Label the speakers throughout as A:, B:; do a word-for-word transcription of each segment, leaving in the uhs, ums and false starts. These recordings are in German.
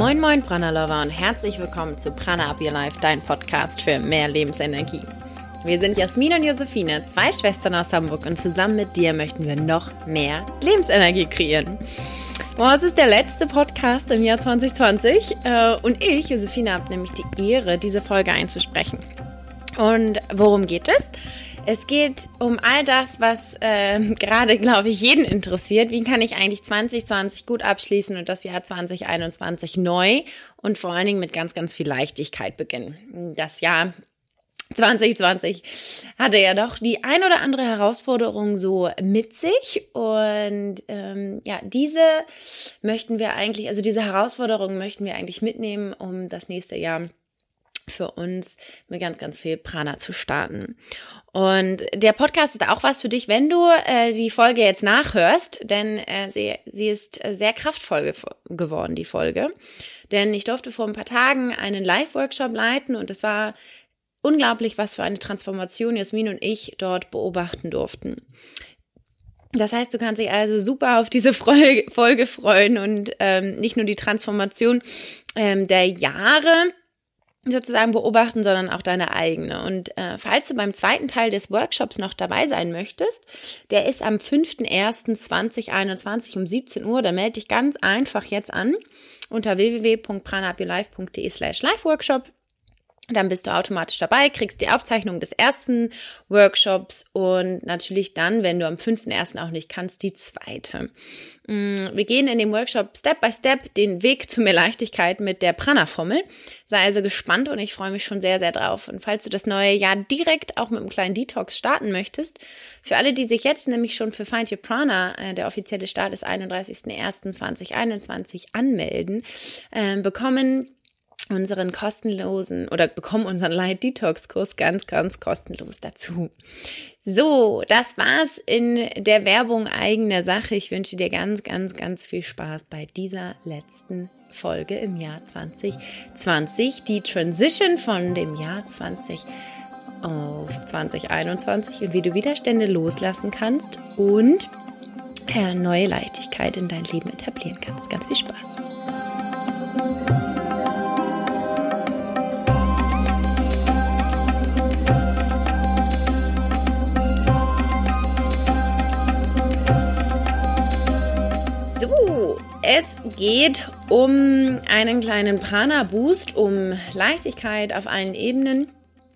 A: Moin Moin Prana Lover und herzlich willkommen zu Prana Up Your Life, dein Podcast für mehr Lebensenergie. Wir sind Jasmin und Josephine, zwei Schwestern aus Hamburg und zusammen mit dir möchten wir noch mehr Lebensenergie kreieren. Boah, es ist der letzte Podcast im Jahr zwanzig zwanzig äh, und ich, Josephine, habe nämlich die Ehre, diese Folge einzusprechen. Und worum geht es? Es geht um all das, was äh, gerade, glaube ich, jeden interessiert. Wie kann ich eigentlich zwanzig zwanzig gut abschließen und das Jahr zwanzig einundzwanzig neu und vor allen Dingen mit ganz, ganz viel Leichtigkeit beginnen? Das Jahr zwanzig zwanzig hatte ja doch die ein oder andere Herausforderung so mit sich und ähm, ja, diese möchten wir eigentlich, also diese Herausforderungen möchten wir eigentlich mitnehmen, um das nächste Jahr für uns mit ganz, ganz viel Prana zu starten. Und der Podcast ist auch was für dich, wenn du äh, die Folge jetzt nachhörst, denn äh, sie, sie ist sehr kraftvoll ge- geworden, die Folge. Denn ich durfte vor ein paar Tagen einen Live-Workshop leiten und es war unglaublich, was für eine Transformation Jasmin und ich dort beobachten durften. Das heißt, du kannst dich also super auf diese Folge freuen und ähm, nicht nur die Transformation ähm, der Jahre sozusagen beobachten, sondern auch deine eigene. Und äh, falls du beim zweiten Teil des Workshops noch dabei sein möchtest, der ist am fünften ersten zweitausendeinundzwanzig um siebzehn Uhr, dann melde dich ganz einfach jetzt an unter w w w punkt prana up your life punkt d e slash live workshop. Dann bist du automatisch dabei, kriegst die Aufzeichnung des ersten Workshops und natürlich dann, wenn du am fünften ersten auch nicht kannst, die zweite. Wir gehen in dem Workshop Step by Step den Weg zu mehr Leichtigkeit mit der Prana-Formel. Sei also gespannt und ich freue mich schon sehr, sehr drauf. Und falls du das neue Jahr direkt auch mit einem kleinen Detox starten möchtest, für alle, die sich jetzt nämlich schon für Find Your Prana, der offizielle Start ist einunddreißigsten ersten zweitausendeinundzwanzig, anmelden, äh, bekommen unseren kostenlosen oder bekommen unseren Light Detox Kurs ganz, ganz kostenlos dazu. So, das war's in der Werbung eigener Sache. Ich wünsche dir ganz, ganz, ganz viel Spaß bei dieser letzten Folge im Jahr zwanzig zwanzig. Die Transition von dem Jahr zwanzig auf zwanzig einundzwanzig und wie du Widerstände loslassen kannst und äh, neue Leichtigkeit in dein Leben etablieren kannst. Ganz viel Spaß. Es geht um einen kleinen Prana-Boost, um Leichtigkeit auf allen Ebenen.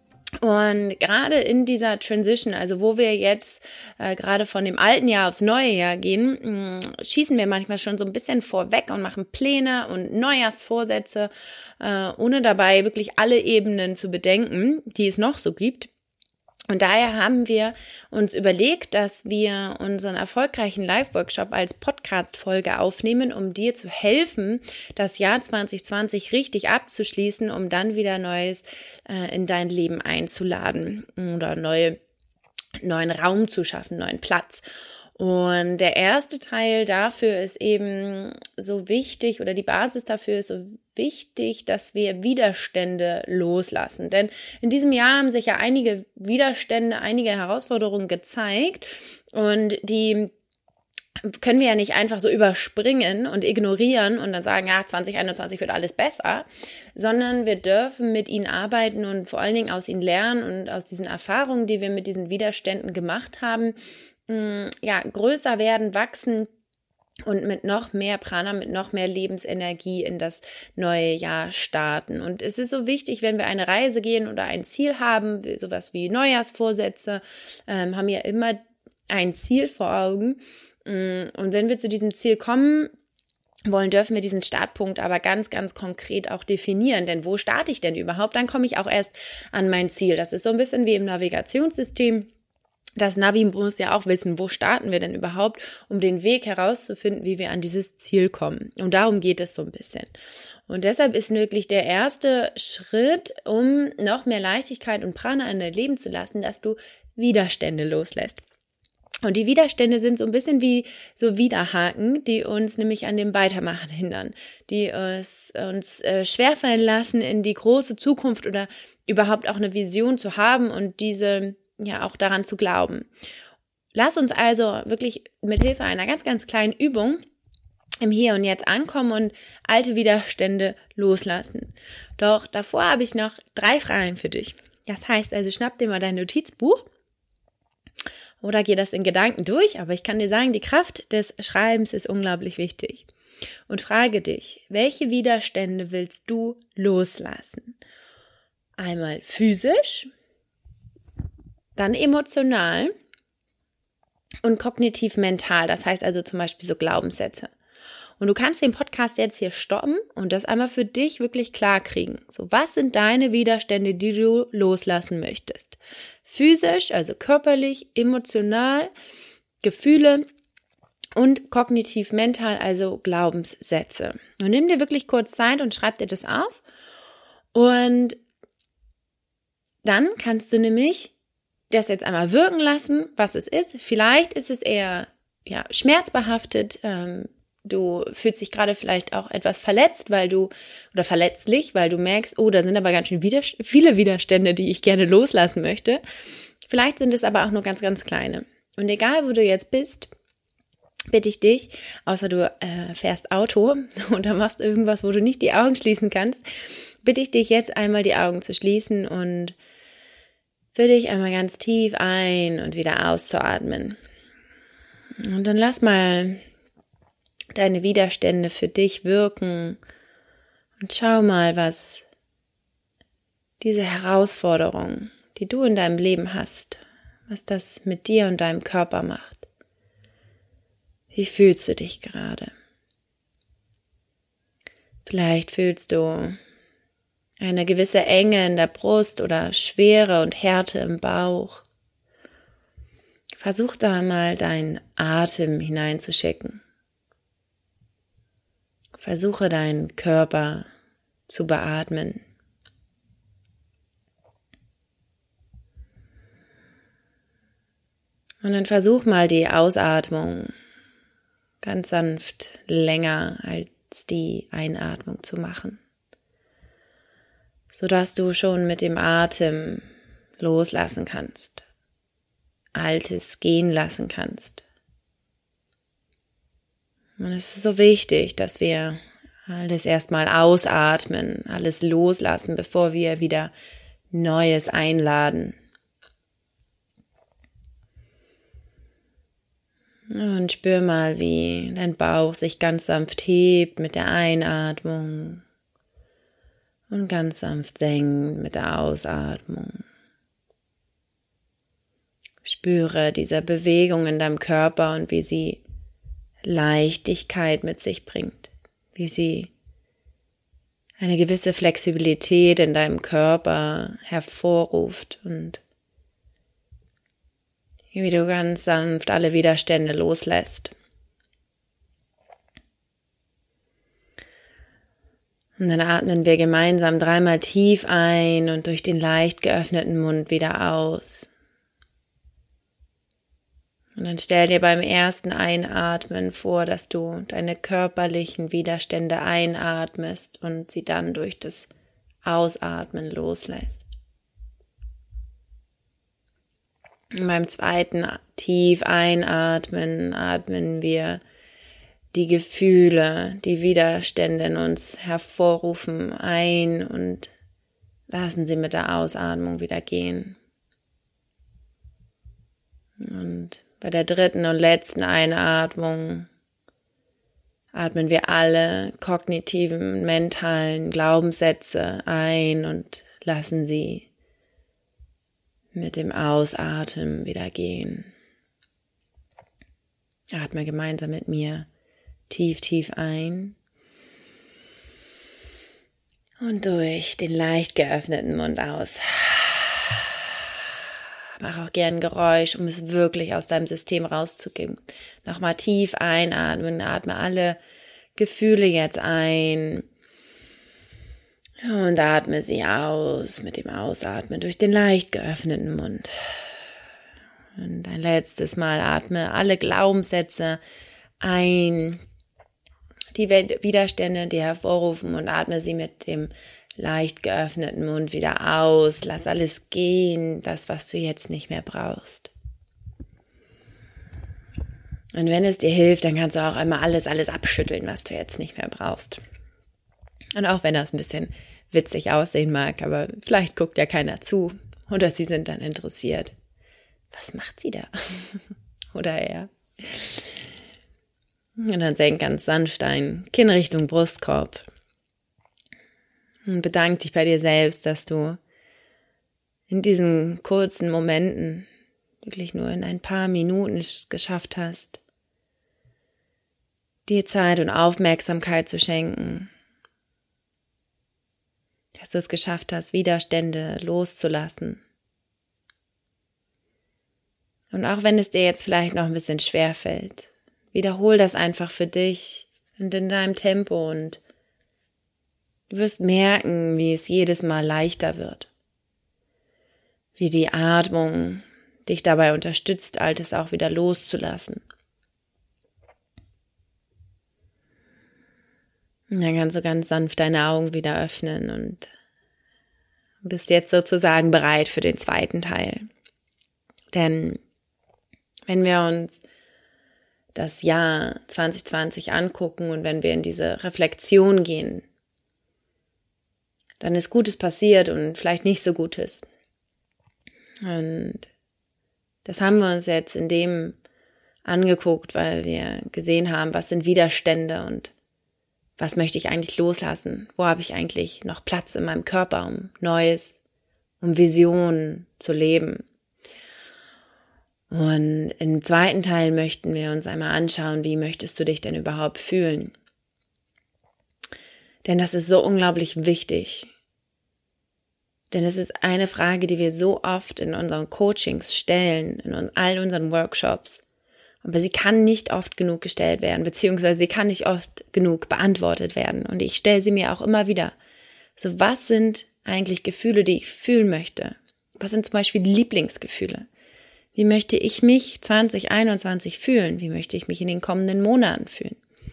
A: Und gerade in dieser Transition, also wo wir jetzt äh, gerade von dem alten Jahr aufs neue Jahr gehen, mh, schießen wir manchmal schon so ein bisschen vorweg und machen Pläne und Neujahrsvorsätze, äh, ohne dabei wirklich alle Ebenen zu bedenken, die es noch so gibt. Und daher haben wir uns überlegt, dass wir unseren erfolgreichen Live-Workshop als Podcast-Folge aufnehmen, um dir zu helfen, das Jahr zwanzig zwanzig richtig abzuschließen, um dann wieder Neues äh, in dein Leben einzuladen oder neue, neuen Raum zu schaffen, neuen Platz. Und der erste Teil dafür ist eben so wichtig oder die Basis dafür ist so wichtig, dass wir Widerstände loslassen. Denn in diesem Jahr haben sich ja einige Widerstände, einige Herausforderungen gezeigt und die können wir ja nicht einfach so überspringen und ignorieren und dann sagen, ja, zwanzig einundzwanzig wird alles besser, sondern wir dürfen mit ihnen arbeiten und vor allen Dingen aus ihnen lernen und aus diesen Erfahrungen, die wir mit diesen Widerständen gemacht haben, ja, größer werden, wachsen und mit noch mehr Prana, mit noch mehr Lebensenergie in das neue Jahr starten. Und es ist so wichtig, wenn wir eine Reise gehen oder ein Ziel haben, sowas wie Neujahrsvorsätze, ähm, haben ja immer ein Ziel vor Augen. Und wenn wir zu diesem Ziel kommen wollen, dürfen wir diesen Startpunkt aber ganz, ganz konkret auch definieren. Denn wo starte ich denn überhaupt? Dann komme ich auch erst an mein Ziel. Das ist so ein bisschen wie im Navigationssystem. Das Navi muss ja auch wissen, wo starten wir denn überhaupt, um den Weg herauszufinden, wie wir an dieses Ziel kommen. Und darum geht es so ein bisschen. Und deshalb ist wirklich der erste Schritt, um noch mehr Leichtigkeit und Prana in dein Leben zu lassen, dass du Widerstände loslässt. Und die Widerstände sind so ein bisschen wie so Widerhaken, die uns nämlich an dem Weitermachen hindern, die es uns äh, schwerfallen lassen, in die große Zukunft oder überhaupt auch eine Vision zu haben und diese ja auch daran zu glauben. Lass uns also wirklich mit Hilfe einer ganz, ganz kleinen Übung im Hier und Jetzt ankommen und alte Widerstände loslassen. Doch davor habe ich noch drei Fragen für dich. Das heißt also, schnapp dir mal dein Notizbuch oder geh das in Gedanken durch, aber ich kann dir sagen, die Kraft des Schreibens ist unglaublich wichtig. Und frage dich, welche Widerstände willst du loslassen? Einmal physisch, dann emotional und kognitiv-mental, das heißt also zum Beispiel so Glaubenssätze. Und du kannst den Podcast jetzt hier stoppen und das einmal für dich wirklich klar kriegen. So, was sind deine Widerstände, die du loslassen möchtest? Physisch, also körperlich, emotional, Gefühle und kognitiv-mental, also Glaubenssätze. Und nimm dir wirklich kurz Zeit und schreib dir das auf. Und dann kannst du nämlich das jetzt einmal wirken lassen, was es ist. Vielleicht ist es eher ja, schmerzbehaftet, ähm, du fühlst dich gerade vielleicht auch etwas verletzt, weil du, oder verletzlich, weil du merkst, oh, da sind aber ganz schön Widerst- viele Widerstände, die ich gerne loslassen möchte. Vielleicht sind es aber auch nur ganz, ganz kleine. Und egal, wo du jetzt bist, bitte ich dich, außer du äh, fährst Auto oder machst irgendwas, wo du nicht die Augen schließen kannst, bitte ich dich jetzt einmal die Augen zu schließen und für dich einmal ganz tief ein- und wieder auszuatmen. Und dann lass mal deine Widerstände für dich wirken und schau mal, was diese Herausforderung, die du in deinem Leben hast, was das mit dir und deinem Körper macht. Wie fühlst du dich gerade? Vielleicht fühlst du eine gewisse Enge in der Brust oder Schwere und Härte im Bauch. Versuch da mal deinen Atem hineinzuschicken. Versuche deinen Körper zu beatmen. Und dann versuch mal die Ausatmung ganz sanft länger als die Einatmung zu machen, sodass du schon mit dem Atem loslassen kannst, Altes gehen lassen kannst. Und es ist so wichtig, dass wir alles erstmal ausatmen, alles loslassen, bevor wir wieder Neues einladen. Und spür mal, wie dein Bauch sich ganz sanft hebt mit der Einatmung und ganz sanft senkt mit der Ausatmung. Spüre diese Bewegung in deinem Körper und wie sie Leichtigkeit mit sich bringt, wie sie eine gewisse Flexibilität in deinem Körper hervorruft und wie du ganz sanft alle Widerstände loslässt. Und dann atmen wir gemeinsam dreimal tief ein und durch den leicht geöffneten Mund wieder aus. Und dann stell dir beim ersten Einatmen vor, dass du deine körperlichen Widerstände einatmest und sie dann durch das Ausatmen loslässt. Und beim zweiten tief einatmen, atmen wir die Gefühle, die Widerstände in uns hervorrufen ein und lassen sie mit der Ausatmung wieder gehen. Und bei der dritten und letzten Einatmung atmen wir alle kognitiven, mentalen Glaubenssätze ein und lassen sie mit dem Ausatmen wieder gehen. Atme gemeinsam mit mir tief, tief ein und durch den leicht geöffneten Mund aus. Mach auch gern ein Geräusch, um es wirklich aus deinem System rauszugeben. Nochmal tief einatmen, atme alle Gefühle jetzt ein und atme sie aus mit dem Ausatmen durch den leicht geöffneten Mund. Und ein letztes Mal atme alle Glaubenssätze ein, die Widerstände, die hervorrufen, und atme sie mit dem leicht geöffneten Mund wieder aus. Lass alles gehen, das, was du jetzt nicht mehr brauchst. Und wenn es dir hilft, dann kannst du auch einmal alles, alles abschütteln, was du jetzt nicht mehr brauchst. Und auch wenn das ein bisschen witzig aussehen mag, aber vielleicht guckt ja keiner zu oder sie sind dann interessiert. Was macht sie da? Oder er? Und dann senk ganz sanft ein Kinn Richtung Brustkorb. Und bedank dich bei dir selbst, dass du in diesen kurzen Momenten, wirklich nur in ein paar Minuten es geschafft hast, dir Zeit und Aufmerksamkeit zu schenken. Dass du es geschafft hast, Widerstände loszulassen. Und auch wenn es dir jetzt vielleicht noch ein bisschen schwer fällt, wiederhol das einfach für dich und in deinem Tempo und du wirst merken, wie es jedes Mal leichter wird. Wie die Atmung dich dabei unterstützt, Altes auch wieder loszulassen. Und dann kannst du ganz sanft deine Augen wieder öffnen und bist jetzt sozusagen bereit für den zweiten Teil. Denn wenn wir uns das Jahr zwanzig zwanzig angucken und wenn wir in diese Reflexion gehen, dann ist Gutes passiert und vielleicht nicht so Gutes. Und das haben wir uns jetzt in dem angeguckt, weil wir gesehen haben, was sind Widerstände und was möchte ich eigentlich loslassen? Wo habe ich eigentlich noch Platz in meinem Körper, um Neues, um Visionen zu leben? Und im zweiten Teil möchten wir uns einmal anschauen, wie möchtest du dich denn überhaupt fühlen? Denn das ist so unglaublich wichtig. Denn es ist eine Frage, die wir so oft in unseren Coachings stellen, in all unseren Workshops. Aber sie kann nicht oft genug gestellt werden, beziehungsweise sie kann nicht oft genug beantwortet werden. Und ich stelle sie mir auch immer wieder. So, was sind eigentlich Gefühle, die ich fühlen möchte? Was sind zum Beispiel Lieblingsgefühle? Wie möchte ich mich zwanzig einundzwanzig fühlen? Wie möchte ich mich in den kommenden Monaten fühlen?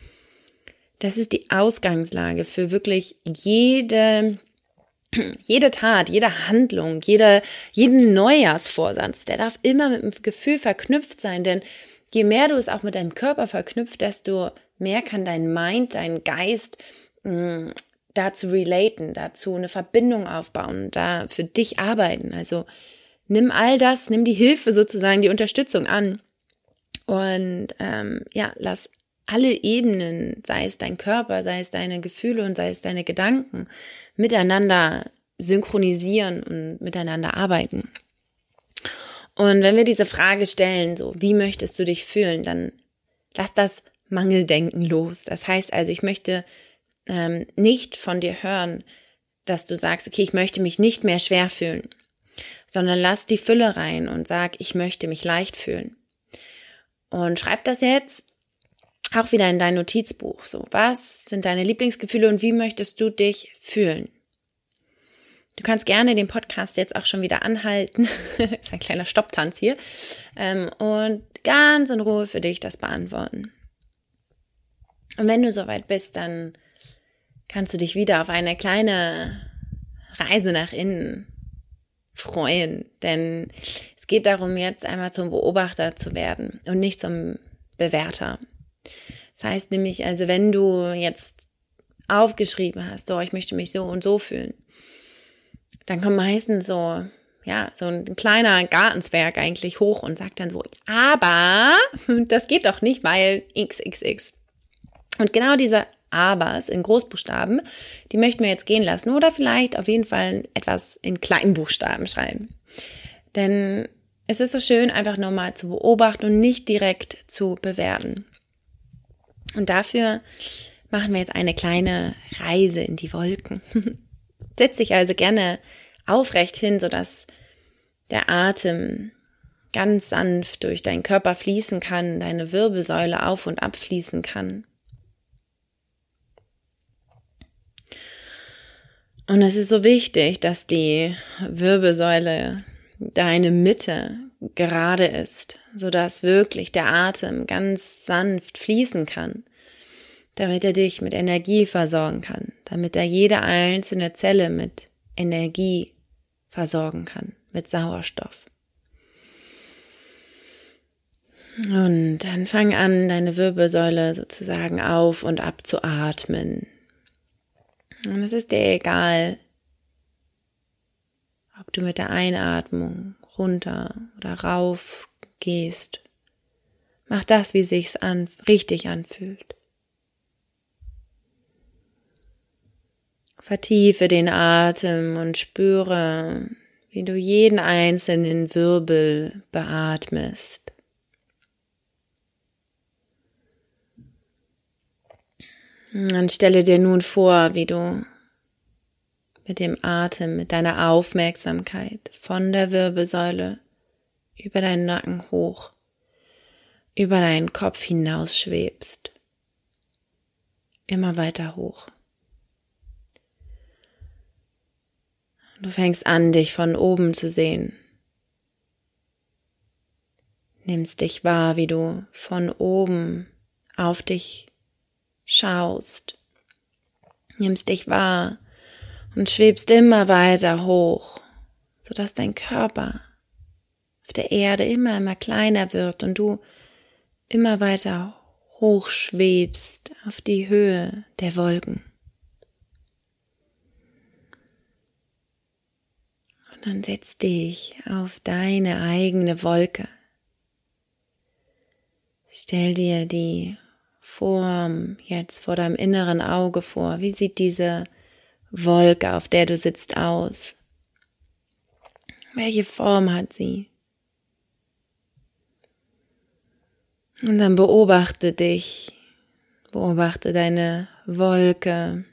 A: Das ist die Ausgangslage für wirklich jede, jede Tat, jede Handlung, jede, jeden Neujahrsvorsatz. Der darf immer mit einem Gefühl verknüpft sein, denn je mehr du es auch mit deinem Körper verknüpft, desto mehr kann dein Mind, dein Geist mh, dazu relaten, dazu eine Verbindung aufbauen, da für dich arbeiten. Also nimm all das, nimm die Hilfe sozusagen, die Unterstützung an und ähm, ja, lass alle Ebenen, sei es dein Körper, sei es deine Gefühle und sei es deine Gedanken, miteinander synchronisieren und miteinander arbeiten. Und wenn wir diese Frage stellen, so, wie möchtest du dich fühlen, dann lass das Mangeldenken los. Das heißt also, ich möchte ähm, nicht von dir hören, dass du sagst, okay, ich möchte mich nicht mehr schwer fühlen, sondern lass die Fülle rein und sag, ich möchte mich leicht fühlen. Und schreib das jetzt auch wieder in dein Notizbuch. So, was sind deine Lieblingsgefühle und wie möchtest du dich fühlen? Du kannst gerne den Podcast jetzt auch schon wieder anhalten. Ist ein kleiner Stopptanz hier. Ähm, und ganz in Ruhe für dich das beantworten. Und wenn du soweit bist, dann kannst du dich wieder auf eine kleine Reise nach innen freuen. Denn es geht darum, jetzt einmal zum Beobachter zu werden und nicht zum Bewerter. Das heißt nämlich, also wenn du jetzt aufgeschrieben hast, so, ich möchte mich so und so fühlen, dann kommt meistens so, ja, so ein kleiner Gartenzwerg eigentlich hoch und sagt dann so, aber das geht doch nicht, weil X X X. Und genau diese Abers in Großbuchstaben, die möchten wir jetzt gehen lassen oder vielleicht auf jeden Fall etwas in Kleinbuchstaben schreiben. Denn es ist so schön, einfach nur mal zu beobachten und nicht direkt zu bewerten. Und dafür machen wir jetzt eine kleine Reise in die Wolken. Setz dich also gerne aufrecht hin, sodass der Atem ganz sanft durch deinen Körper fließen kann, deine Wirbelsäule auf und ab fließen kann. Und es ist so wichtig, dass die Wirbelsäule, deine Mitte, gerade ist, sodass wirklich der Atem ganz sanft fließen kann, damit er dich mit Energie versorgen kann, damit er jede einzelne Zelle mit Energie versorgen kann, mit Sauerstoff. Und dann fang an, deine Wirbelsäule sozusagen auf und ab zu atmen. Und es ist dir egal, ob du mit der Einatmung runter oder rauf gehst. Mach das, wie sich's an, richtig anfühlt. Vertiefe den Atem und spüre, wie du jeden einzelnen Wirbel beatmest. Dann stelle dir nun vor, wie du mit dem Atem, mit deiner Aufmerksamkeit von der Wirbelsäule über deinen Nacken hoch, über deinen Kopf hinaus schwebst. Immer weiter hoch. Du fängst an, dich von oben zu sehen. Nimmst dich wahr, wie du von oben auf dich schaust. Nimmst dich wahr und schwebst immer weiter hoch, sodass dein Körper auf der Erde immer, immer kleiner wird und du immer weiter hoch schwebst auf die Höhe der Wolken. Und dann setz dich auf deine eigene Wolke. Stell dir die Form jetzt vor deinem inneren Auge vor. Wie sieht diese Wolke, auf der du sitzt, aus? Welche Form hat sie? Und dann beobachte dich, beobachte deine Wolke.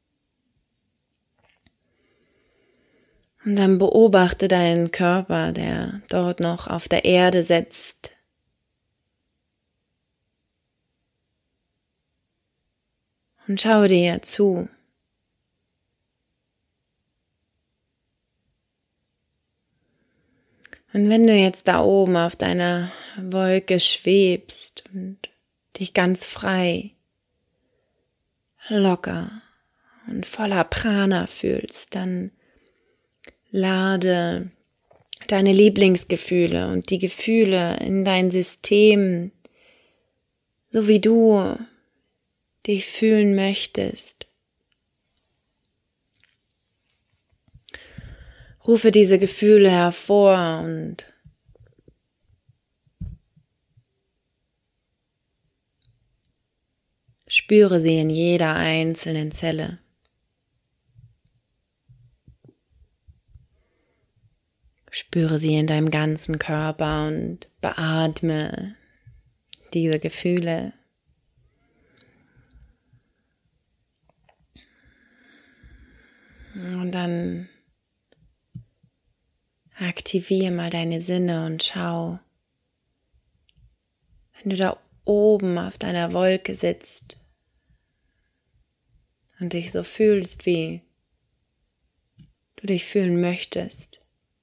A: Und dann beobachte deinen Körper, der dort noch auf der Erde sitzt. Und schau dir zu. Und wenn du jetzt da oben auf deiner Wolke schwebst und dich ganz frei, locker und voller Prana fühlst, dann lade deine Lieblingsgefühle und die Gefühle in dein System, so wie du dich fühlen möchtest. Rufe diese Gefühle hervor und spüre sie in jeder einzelnen Zelle. Spüre sie in deinem ganzen Körper und beatme diese Gefühle. Und dann aktiviere mal deine Sinne und schau, wenn du da oben auf deiner Wolke sitzt und dich so fühlst, wie du dich fühlen möchtest,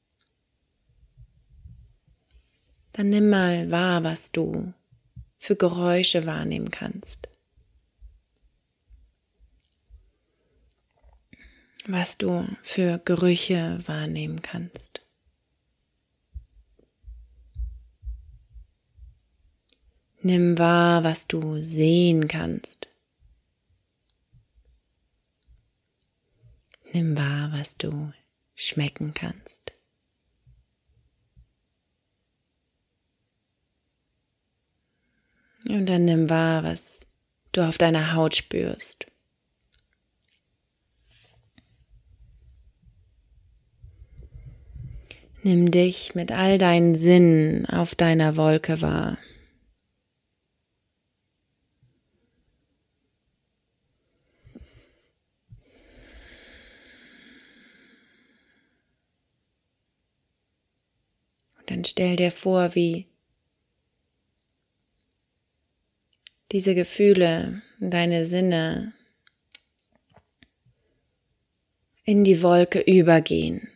A: dann nimm mal wahr, was du für Geräusche wahrnehmen kannst. Was du für Gerüche wahrnehmen kannst. Nimm wahr, was du sehen kannst. Nimm wahr, was du schmecken kannst. Und dann nimm wahr, was du auf deiner Haut spürst. Nimm dich mit all deinen Sinnen auf deiner Wolke wahr. Und dann stell dir vor, wie diese Gefühle, deine Sinne in die Wolke übergehen.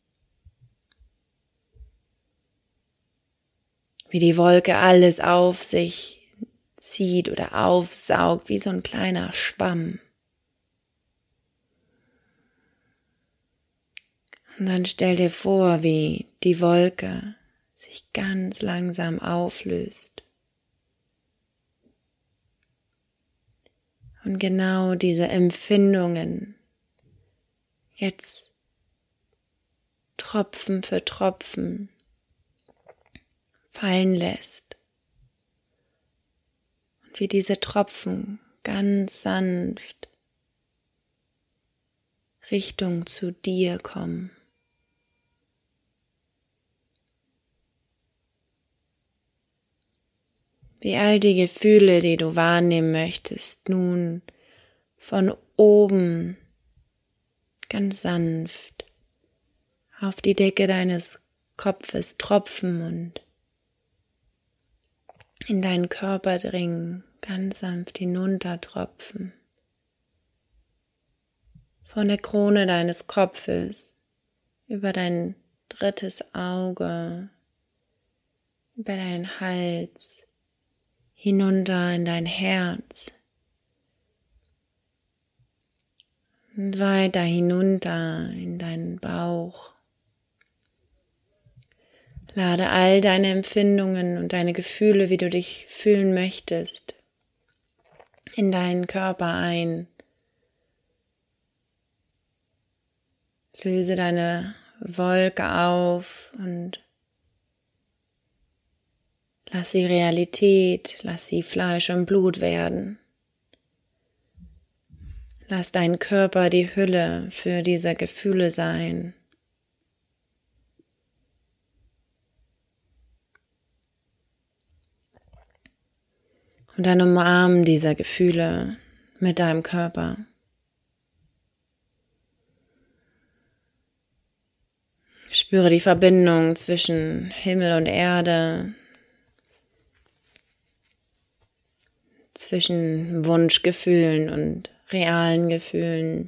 A: Wie die Wolke alles auf sich zieht oder aufsaugt, wie so ein kleiner Schwamm. Und dann stell dir vor, wie die Wolke sich ganz langsam auflöst. Und genau diese Empfindungen jetzt Tropfen für Tropfen fallen lässt. Und wie diese Tropfen ganz sanft Richtung zu dir kommen. Wie all die Gefühle, die du wahrnehmen möchtest, nun von oben ganz sanft auf die Decke deines Kopfes tropfen und in deinen Körper dringen, ganz sanft hinuntertropfen. Von der Krone deines Kopfes über dein drittes Auge, über deinen Hals, hinunter in dein Herz und weiter hinunter in deinen Bauch. Lade all deine Empfindungen und deine Gefühle, wie du dich fühlen möchtest, in deinen Körper ein. Löse deine Wolke auf und lass sie Realität, lass sie Fleisch und Blut werden. Lass deinen Körper die Hülle für diese Gefühle sein. Und dann umarm diese Gefühle mit deinem Körper. Spüre die Verbindung zwischen Himmel und Erde, zwischen Wunschgefühlen und realen Gefühlen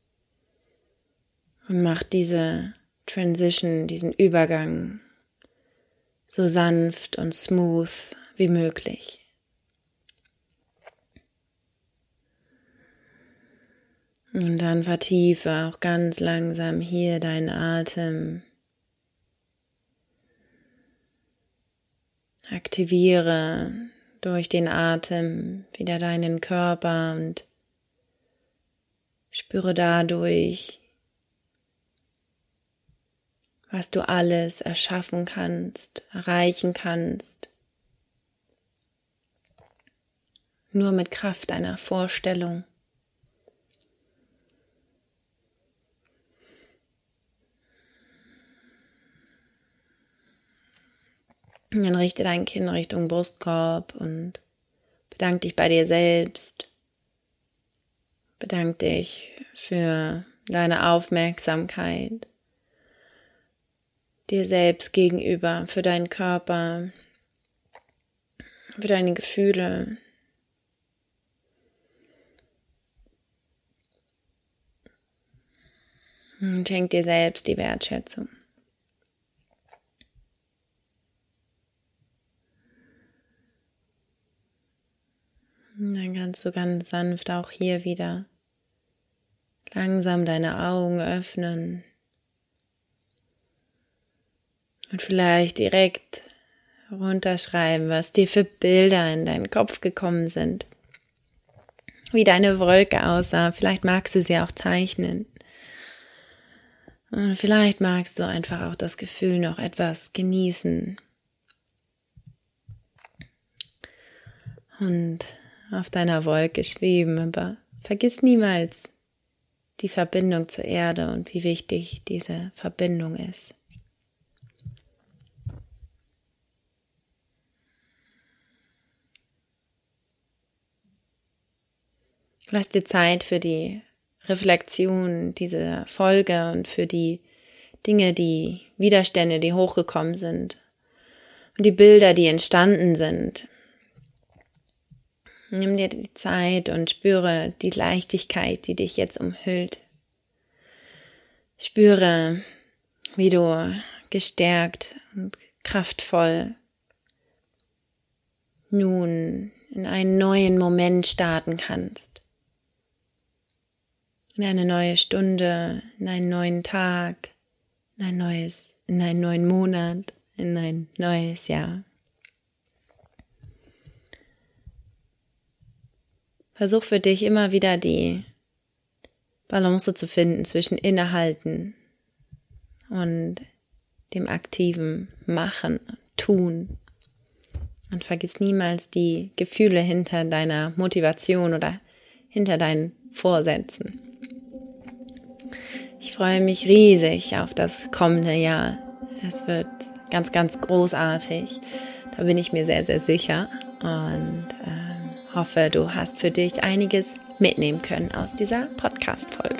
A: und mach diese Transition, diesen Übergang so sanft und smooth wie möglich. Und dann vertiefe auch ganz langsam hier deinen Atem. Aktiviere durch den Atem wieder deinen Körper und spüre dadurch, was du alles erschaffen kannst, erreichen kannst. Nur mit Kraft deiner Vorstellung. Und dann richte dein Kinn Richtung Brustkorb und bedank dich bei dir selbst. Bedank dich für deine Aufmerksamkeit, dir selbst gegenüber, für deinen Körper, für deine Gefühle. Und schenk dir selbst die Wertschätzung. Und dann kannst du ganz sanft auch hier wieder langsam deine Augen öffnen und vielleicht direkt runterschreiben, was dir für Bilder in deinen Kopf gekommen sind, wie deine Wolke aussah. Vielleicht magst du sie auch zeichnen. Und vielleicht magst du einfach auch das Gefühl noch etwas genießen und auf deiner Wolke schweben, aber vergiss niemals die Verbindung zur Erde und wie wichtig diese Verbindung ist. Lass dir Zeit für die Reflexion dieser Folge und für die Dinge, die Widerstände, die hochgekommen sind und die Bilder, die entstanden sind. Nimm dir die Zeit und spüre die Leichtigkeit, die dich jetzt umhüllt. Spüre, wie du gestärkt und kraftvoll nun in einen neuen Moment starten kannst. In eine neue Stunde, in einen neuen Tag, in ein neues, in einen neuen Monat, in ein neues Jahr. versuch für dich immer wieder die Balance zu finden zwischen Innehalten und dem aktiven Machen, Tun. Und vergiss niemals die Gefühle hinter deiner Motivation oder hinter deinen Vorsätzen. Ich freue mich riesig auf das kommende Jahr. Es wird ganz, ganz großartig. Da bin ich mir sehr, sehr sicher und äh, hoffe, du hast für dich einiges mitnehmen können aus dieser Podcast-Folge.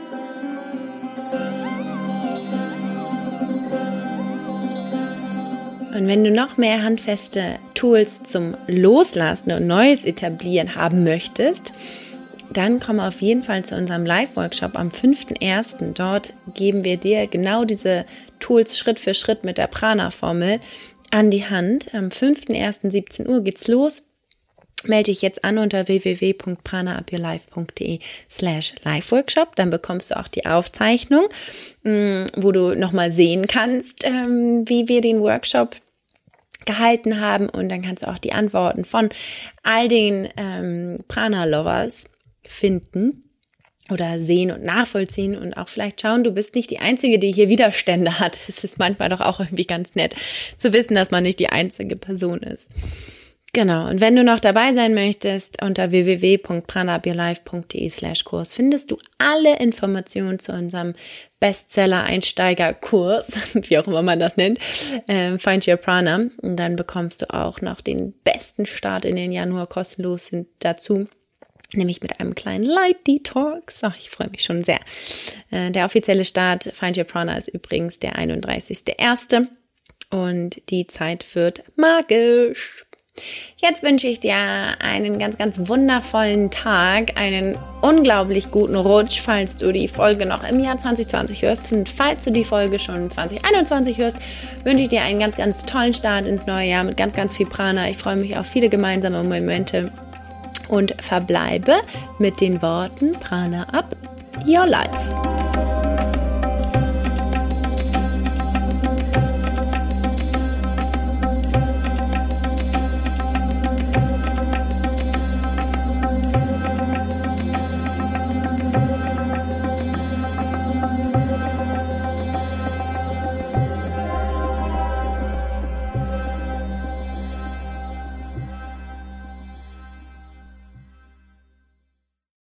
A: Und wenn du noch mehr handfeste Tools zum Loslassen und Neues etablieren haben möchtest, dann komm auf jeden Fall zu unserem Live-Workshop am fünften ersten Dort geben wir dir genau diese Tools Schritt für Schritt mit der Prana-Formel an die Hand. Am fünften ersten siebzehn Uhr geht's los. Melde dich jetzt an unter w w w punkt prana up your life punkt d e slash live workshop. Dann bekommst du auch die Aufzeichnung, wo du nochmal sehen kannst, wie wir den Workshop gehalten haben. Und dann kannst du auch die Antworten von all den ähm, Prana-Lovers finden oder sehen und nachvollziehen und auch vielleicht schauen, du bist nicht die Einzige, die hier Widerstände hat. Es ist manchmal doch auch irgendwie ganz nett zu wissen, dass man nicht die einzige Person ist. Genau, und wenn du noch dabei sein möchtest, unter w w w punkt prana up your life punkt d e slash Kurs findest du alle Informationen zu unserem Bestseller-Einsteiger-Kurs, wie auch immer man das nennt, äh, Find Your Prana. Und dann bekommst du auch noch den besten Start in den Januar kostenlos dazu, nämlich mit einem kleinen Light Detox. Ach, ich freue mich schon sehr. Äh, der offizielle Start Find Your Prana ist übrigens der einunddreißigster erste und die Zeit wird magisch. Jetzt wünsche ich dir einen ganz, ganz wundervollen Tag, einen unglaublich guten Rutsch, falls du die Folge noch im Jahr zwanzig zwanzig hörst. Und falls du die Folge schon zwanzig einundzwanzig hörst, wünsche ich dir einen ganz, ganz tollen Start ins neue Jahr mit ganz, ganz viel Prana. Ich freue mich auf viele gemeinsame Momente und verbleibe mit den Worten Prana up your life.